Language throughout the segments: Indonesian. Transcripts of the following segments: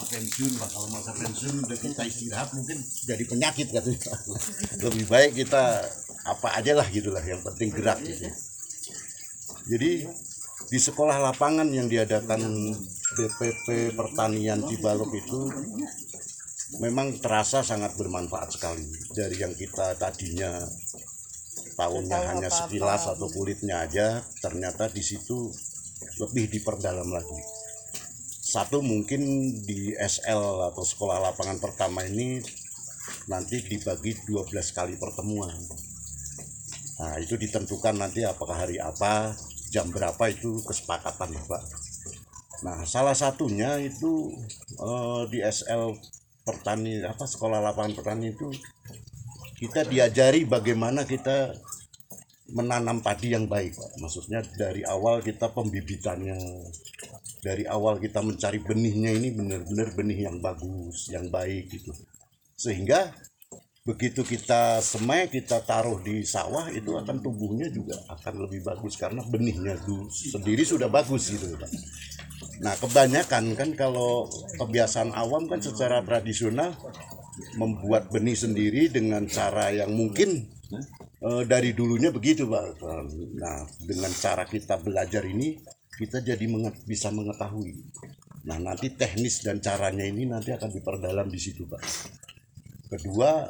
pensiun Pak. Kalau masa pensiun udah kita istirahat mungkin jadi penyakit katanya. Lebih baik kita apa aja lah gitulah, yang penting gerak gitu. Jadi di sekolah lapangan yang diadakan BPP Pertanian Cibalok itu memang terasa sangat bermanfaat sekali. Dari yang kita tadinya tahunnya hanya sekilas atau kulitnya aja, ternyata di situ lebih diperdalam lagi. Satu mungkin di SL atau sekolah lapangan pertama ini nanti dibagi 12 kali pertemuan. Nah, itu ditentukan nanti apakah hari apa, jam berapa, itu kesepakatan Pak. Nah, salah satunya itu di SL Pertani sekolah lapangan petani itu kita diajari bagaimana kita menanam padi yang baik Pak. Maksudnya dari awal kita pembibitannya, dari awal kita mencari benihnya ini benar-benar benih yang bagus, yang baik gitu. Sehingga begitu kita semai, kita taruh di sawah, itu akan tumbuhnya juga akan lebih bagus karena benihnya sendiri sudah bagus gitu Pak. Nah, kebanyakan kan kalau kebiasaan awam kan secara tradisional membuat benih sendiri dengan cara yang mungkin dari dulunya begitu Pak. Nah, dengan cara kita belajar ini kita jadi bisa mengetahui. Nah, nanti teknis dan caranya ini nanti akan diperdalam di situ Pak. Kedua,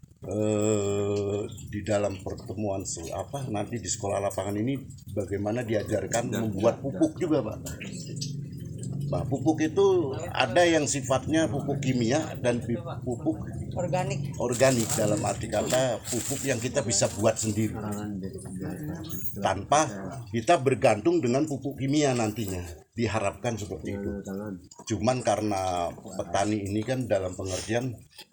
di dalam pertemuan nanti di sekolah lapangan ini bagaimana diajarkan membuat pupuk juga Pak. Nah, pupuk itu ada yang sifatnya pupuk kimia dan pupuk organik dalam arti kata pupuk yang kita bisa buat sendiri tanpa kita bergantung dengan pupuk kimia nantinya, diharapkan seperti itu. Cuman karena petani ini kan dalam pengertian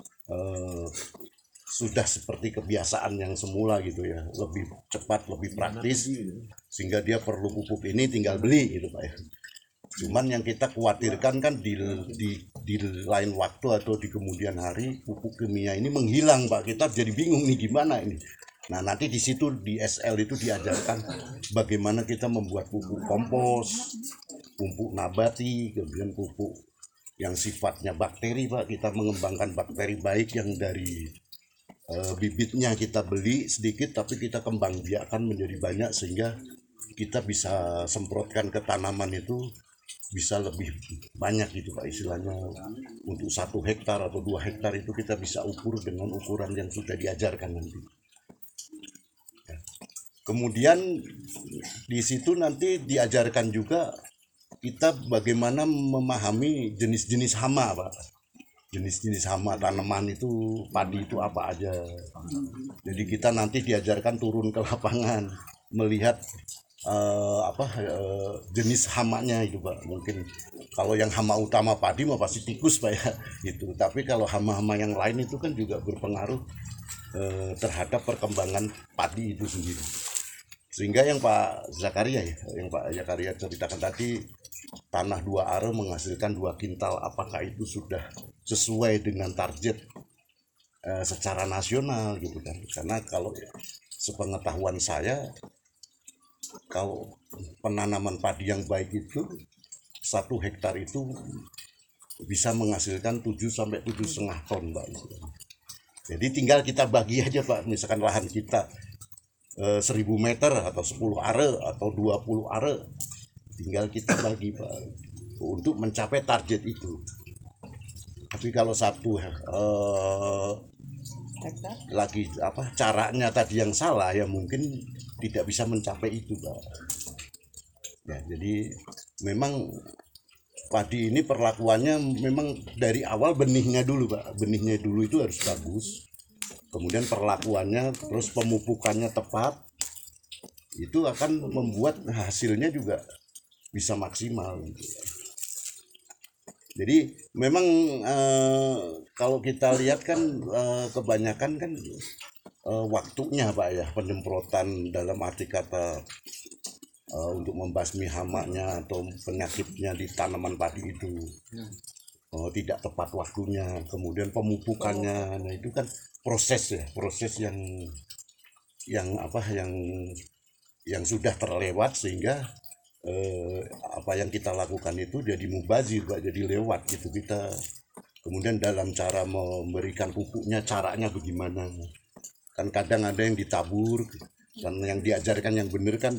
sudah seperti kebiasaan yang semula gitu ya, lebih cepat, lebih praktis, sehingga dia perlu pupuk ini tinggal beli gitu Pak ya. Cuman yang kita khawatirkan kan di lain waktu atau di kemudian hari pupuk kimia ini menghilang Pak. Kita jadi bingung nih gimana ini. Nah, nanti di situ di SL itu diajarkan bagaimana kita membuat pupuk kompos, pupuk nabati, kemudian pupuk yang sifatnya bakteri Pak. Kita mengembangkan bakteri baik yang dari bibitnya kita beli sedikit tapi kita kembang biakan menjadi banyak sehingga kita bisa semprotkan ke tanaman itu bisa lebih banyak gitu Pak, istilahnya untuk 1 hektar atau 2 hektar itu kita bisa ukur dengan ukuran yang sudah diajarkan nanti. Kemudian di situ nanti diajarkan juga kita bagaimana memahami jenis-jenis hama Pak. Jenis-jenis hama tanaman itu, padi itu apa aja. Jadi kita nanti diajarkan turun ke lapangan melihat jenis hamanya itu Pak. Mungkin kalau yang hama utama padi mah pasti tikus Pak ya itu. Tapi kalau hama-hama yang lain itu kan juga berpengaruh terhadap perkembangan padi itu sendiri. Sehingga yang Pak Zakaria ceritakan tadi, tanah 2 are menghasilkan 2 kintal, apakah itu sudah sesuai dengan target secara nasional gitu kan. Karena kalau sepengetahuan saya, kalau penanaman padi yang baik itu 1 hektar itu bisa menghasilkan 7 sampai 7,5 ton Pak. Jadi tinggal kita bagi aja Pak, misalkan lahan kita 1000 meter atau 10 are atau 20 are, tinggal kita bagi Pak untuk mencapai target itu. Tapi kalau lagi caranya tadi yang salah ya mungkin tidak bisa mencapai itu Pak. Ya, jadi memang padi ini perlakuannya memang dari awal benihnya dulu Pak. Benihnya dulu itu harus bagus. Kemudian perlakuannya, terus pemupukannya tepat, itu akan membuat hasilnya juga bisa maksimal. Jadi memang kalau kita lihat kan kebanyakan kan waktunya Pak ya, penyemprotan dalam arti kata untuk membasmi hamanya atau penyakitnya di tanaman padi itu tidak tepat waktunya. Kemudian pemupukannya, nah itu kan proses yang sudah terlewat sehingga apa yang kita lakukan itu jadi mubazir Pak, jadi lewat gitu kita. Kemudian dalam cara memberikan pupuknya caranya bagaimana, kan kadang ada yang ditabur kan, yang diajarkan yang bener kan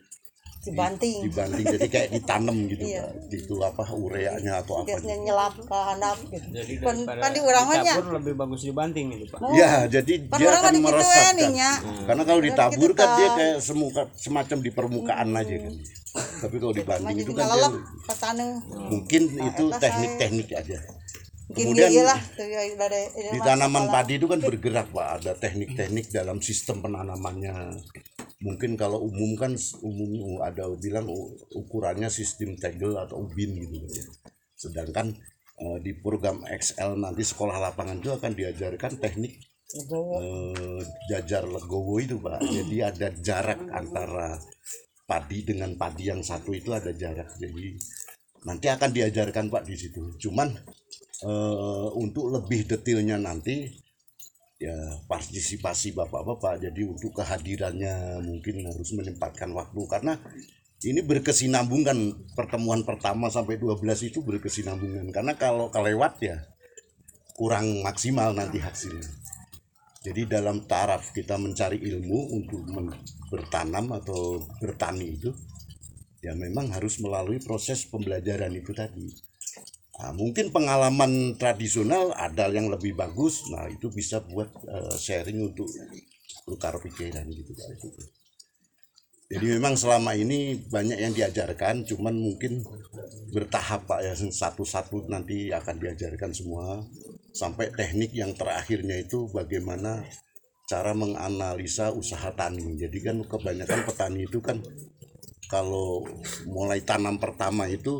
dibanting jadi kayak ditanam gitu Iya. Pak, itu apa ureanya atau apa Biasanya nyelap ke handap gitu. Jadi Kan di urang mah nya. ditabur lebih bagus dibanting gitu Pak. ya, jadi Kan dia orang akan kan gitu meresap kan. ininya. Karena kalau Kan ditabur gitu kan dia kan. kayak semacam di permukaan aja kan. Tapi kalau dibanting Mah itu jadi kan dia, ngalelep ke taneuh. mungkin itu eta teknik-teknik aja. Mungkin Kemudian ieu lah tuh ya dari di tanaman padi itu kan bergerak Pak, ada teknik-teknik dalam sistem penanamannya. Mungkin kalau umum kan umum ada bilang ukurannya sistem tegel atau ubin gitu. Sedangkan di program XL nanti sekolah lapangan itu akan diajarkan teknik jajar legowo itu Pak. Jadi ada jarak antara padi dengan padi yang satu itu ada jarak. Jadi nanti akan diajarkan Pak di situ. Cuman untuk lebih detailnya nanti ya partisipasi bapak-bapak, jadi untuk kehadirannya mungkin harus menyempatkan waktu karena ini berkesinambungan, pertemuan pertama sampai 12 itu berkesinambungan karena kalau kelewat ya kurang maksimal nanti hasilnya. Jadi dalam taraf kita mencari ilmu untuk bertanam atau bertani itu ya memang harus melalui proses pembelajaran itu tadi. Nah, mungkin pengalaman tradisional ada yang lebih bagus, nah itu bisa buat sharing untuk tukar pikiran gitu Pak. Jadi memang selama ini banyak yang diajarkan, cuman mungkin bertahap Pak ya, satu-satu nanti akan diajarkan semua sampai teknik yang terakhirnya itu bagaimana cara menganalisa usaha tani. Jadi kan kebanyakan petani itu kan kalau mulai tanam pertama itu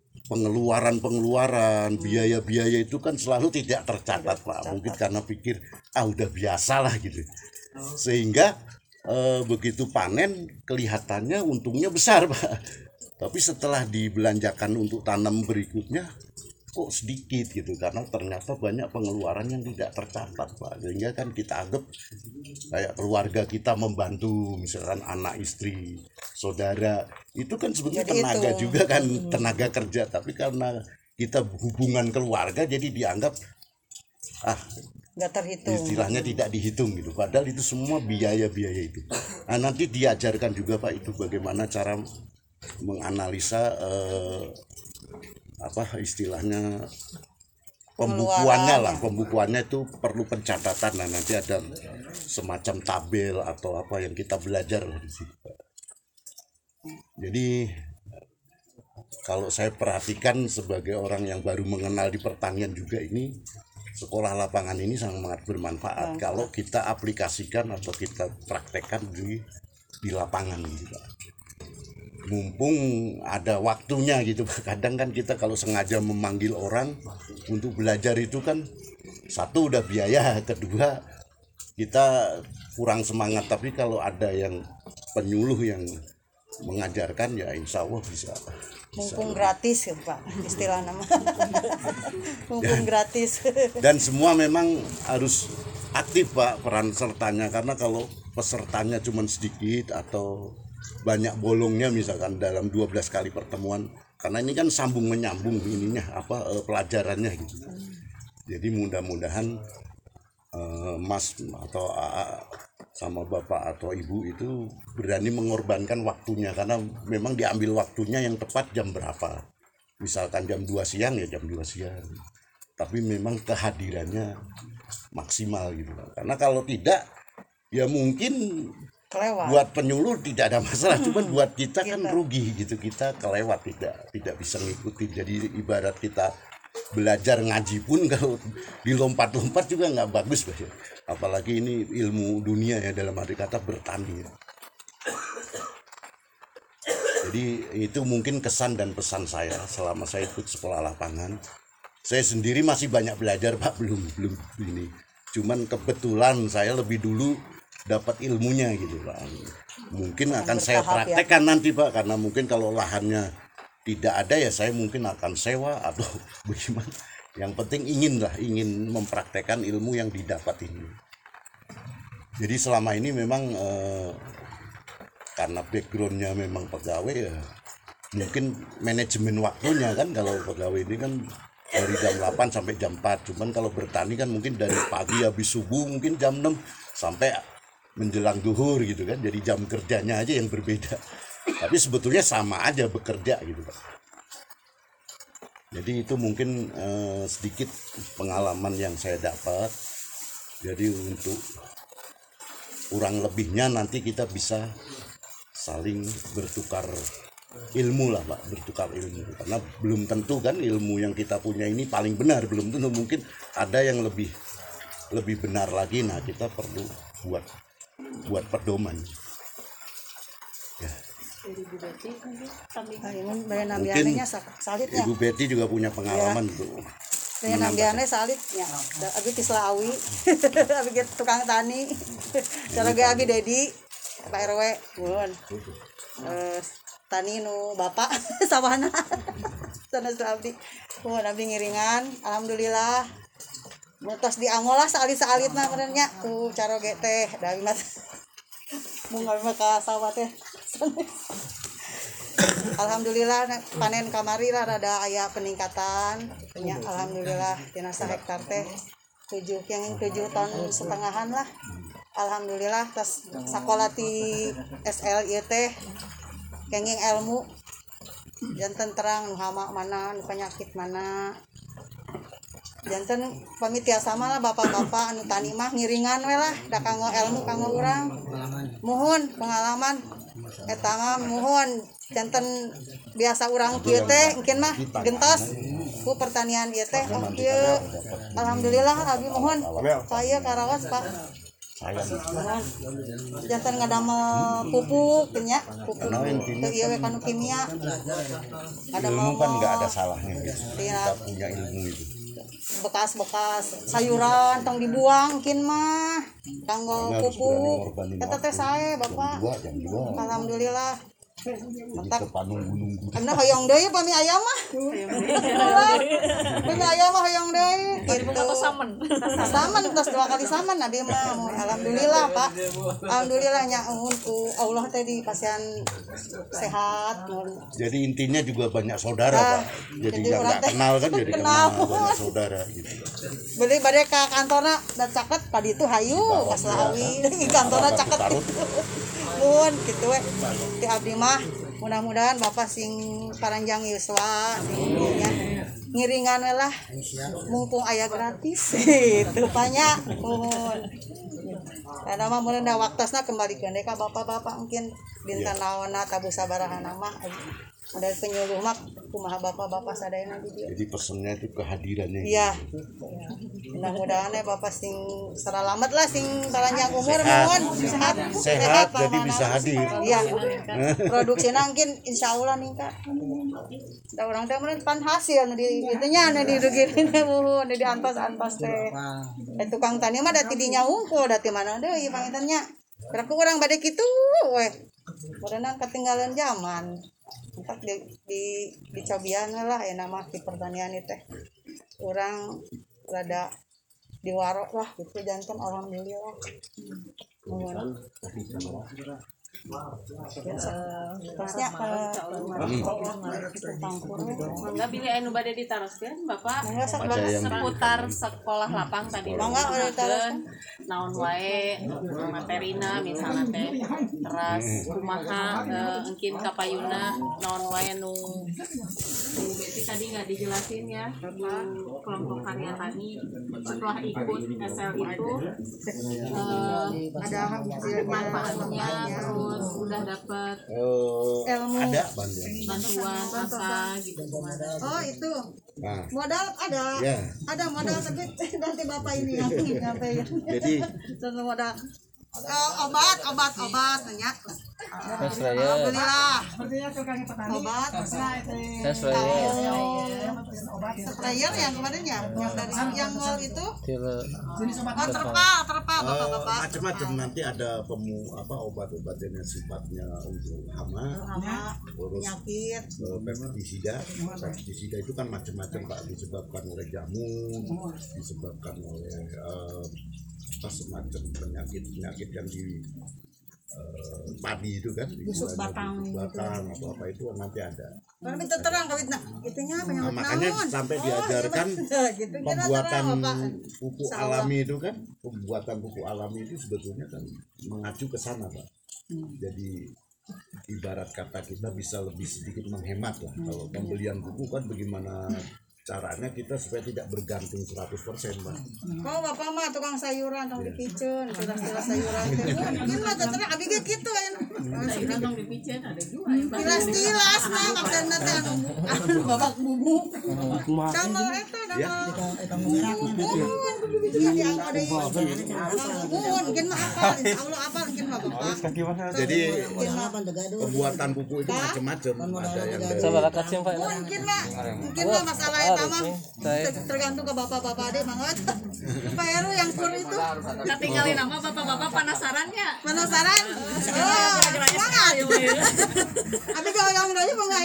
pengeluaran biaya-biaya itu kan selalu tidak tercatat Pak, mungkin karena pikir udah biasa lah gitu, sehingga begitu panen kelihatannya untungnya besar Pak, tapi setelah dibelanjakan untuk tanam berikutnya kok sedikit gitu karena ternyata banyak pengeluaran yang tidak tercatat Pak, sehingga kan kita anggap kayak keluarga kita membantu misalkan anak istri saudara itu kan sebetulnya Jadi tenaga itu. juga kan tenaga kerja, tapi karena kita hubungan keluarga jadi dianggap nggak terhitung. istilahnya tidak dihitung gitu, padahal itu semua biaya-biaya itu. Nah nanti diajarkan juga Pak itu bagaimana cara menganalisa apa istilahnya pembukuannya itu perlu pencatatan. Nah nanti ada semacam tabel atau apa yang kita belajar di situ. Jadi kalau saya perhatikan sebagai orang yang baru mengenal di pertanian juga, ini sekolah lapangan ini sangat bermanfaat kalau kita aplikasikan atau kita praktekkan di lapangan gitu Pak. Mumpung ada waktunya gitu, kadang kan kita kalau sengaja memanggil orang untuk belajar itu kan satu udah biaya, kedua kita kurang semangat, tapi kalau ada yang penyuluh yang mengajarkan ya insya Allah bisa. Mumpung gratis ya Pak istilah nama. Mumpung gratis. Dan semua memang harus aktif Pak peran sertanya, karena kalau pesertanya cuma sedikit atau banyak bolongnya misalkan dalam 12 kali pertemuan, karena ini kan sambung menyambung ininya pelajarannya gitu. Jadi mudah-mudahan Mas atau sama Bapak atau Ibu itu berani mengorbankan waktunya, karena memang diambil waktunya yang tepat jam berapa. Misalkan jam 2 siang ya jam 2 siang. Tapi memang kehadirannya maksimal gitu. Karena kalau tidak ya mungkin Kelewat. buat penyuluh tidak ada masalah, cuma buat kita kan rugi gitu, kita kelewat, tidak bisa ngikutin. Jadi ibarat kita belajar ngaji pun kalau dilompat-lompat juga nggak bagus Pak. Apalagi ini ilmu dunia ya, dalam arti kata bertani. Jadi itu mungkin kesan dan pesan saya selama saya ikut sekolah lapangan. Saya sendiri masih banyak belajar Pak, belum ini. Cuman kebetulan saya lebih dulu dapat ilmunya gitu Pak. Mungkin akan saya praktekkan nanti Pak, karena mungkin kalau lahannya tidak ada ya saya mungkin akan sewa atau bagaimana. Yang penting ingin mempraktekkan ilmu yang didapat ini. Jadi selama ini memang karena backgroundnya memang pegawai ya, mungkin manajemen waktunya kan, kalau pegawai ini kan dari jam 8 sampai jam 4, cuman kalau bertani kan mungkin dari pagi habis subuh mungkin jam 6 sampai menjelang duhur gitu kan, jadi jam kerjanya aja yang berbeda, tapi sebetulnya sama aja bekerja gitu Pak. Jadi itu mungkin sedikit pengalaman yang saya dapat. Jadi untuk kurang lebihnya nanti kita bisa saling bertukar ilmu lah Pak, bertukar ilmu, karena belum tentu kan ilmu yang kita punya ini paling benar, belum tentu, mungkin ada yang lebih benar lagi. Nah kita perlu buat pedoman ya. Mungkin salitnya Ibu Betty juga punya pengalaman tuh. saya nambiannya salitnya abi Tislaawi abi tukang tani cara ge abi Dedi Pak RW mun tani nu bapak sawahna sanes abdi mun abdi ngiringan alhamdulillah mutos diangolah salit-salitna benernya ku cara ge teh da abi mah mun abi mah ka sawah teh alhamdulillah panen kamari lah rada aya peningkatan nya alhamdulillah tina hektar teh 7 ton setengahan lah alhamdulillah terus sakola ti SL ieu teh kenging ilmu janten terang nu hama mana nu penyakit mana janten pamitia sama lah bapak-bapak anu tani mah ngiringan we lah da kanggo ilmu kanggo urang muhun pengalaman eta mah muhun janten biasa urang kieu teh engkeun mah gentos ku pertanian ieu teh oh kieu alhamdulillah abi muhun saya karawas Pak jantan ngadamel pupuk nya pupuk teu ieu we kanu kimia ilmu kan nggak ada salahnya gitu. Kita punya ilmu itu bekas-bekas sayuran tong dibuang kin mah kanggo pupuk eta teh sae Bapak alhamdulillah mentak karena hoyong deui pami aya mah pami aya mah hoyong deui gitu saman terus 2 kali saman abi mah alhamdulillah Pak alhamdulillah nya ku Allah teh di pasien sehat jadi intinya juga banyak saudara Pak jadi yang nggak kenal kan jadi kenal banyak saudara gitu beli bade ka kantorna dan caket padi itu hayu pas lawi di kantorna caket mun gitu we ti abdi mah mudah-mudahan Bapak sing paranjang yuswa nya ngiringan we lah mumpung aya gratis itu banyak mun karena mah mun da waktosna kembali ke ka bapak-bapak mungkin dinten naonna tabu sabarahana mah ada penyuluh mah kumaha bapak-bapak sadayana di dieu. Jadi pesennya itu kehadirannya. Iya. Mudah-mudahan Bapak sing saralamet lah sing paranjang umur mohon sehat jadi bisa hadir. Iya. Produksina mungkin insyaallah ningkat. Da urang teh meureun pan hasil di kitu nya di rugireun mohon di antos-antos teh. Tukang tani mah da tidinya hungkul da ti mana deui pangitannya. Berarti urang bade kitu we. Mudahan ketinggalan zaman. Entak dicobian lah ya nama di pertanian itu teh orang rada diwarok lah gitu jantan alhamdulillah terusnya enggak pilih anu bade ditaroskeun Bapak seputar sekolah lapang tadi naon wae materina misalnya teh teras kumaha mungkin kapayuna naon wae nu Betty tadi nggak dijelasin ya kelompok karya tani setelah ikut SL itu ada manfaatnya terus udah dapat ilmu ada bantuan apa gitu oh itu modal ada ya. Ada modal tapi nanti Bapak ini yang nyampein jadi modal obat nanya alhamdulillah obat sprayer yang kemarin yang dari yang mall itu terpal bapak macam-macam nanti ada obat-obat yang sifatnya untuk hama terus pestisida itu kan macam-macam Pak, disebabkan oleh jamur, disebabkan oleh semacam penyakit yang padi itu kan, busuk batang atau apa itu nanti ada. Tapi terang kawit nah, itunya apa yang Makanya sampai diajarkan gitu, pembuatan pupuk alami itu kan, pembuatan pupuk alami itu sebetulnya kan mengacu ke sana Pak. Jadi ibarat kata kita bisa lebih sedikit menghemat lah. Kalau pembelian pupuk kan bagaimana caranya kita supaya tidak bergantung 100% Pak. Kau bapak mah tukang sayuran, tukang dipicen, tilas sayuran. Mungkin mah terang abis gitu kan. Kantong dipicen ada dua ya Pak. Tilas mah maksudnya teh babak bubuk. Damel eta damel. Jadi angka deui. Mungkin mah apa? Insyaallah apa mungkin mah bapak. Jadi pembuatan pupuk itu macam-macam. Ada yang dari Mungkin mah masalah eta mah tergantung ke bapak-bapak deh banget. Pak Heru yang kur itu Ketinggalin nama bapak-bapak penasarannya. penasaran. Oh, banget. Abi kalau yang dari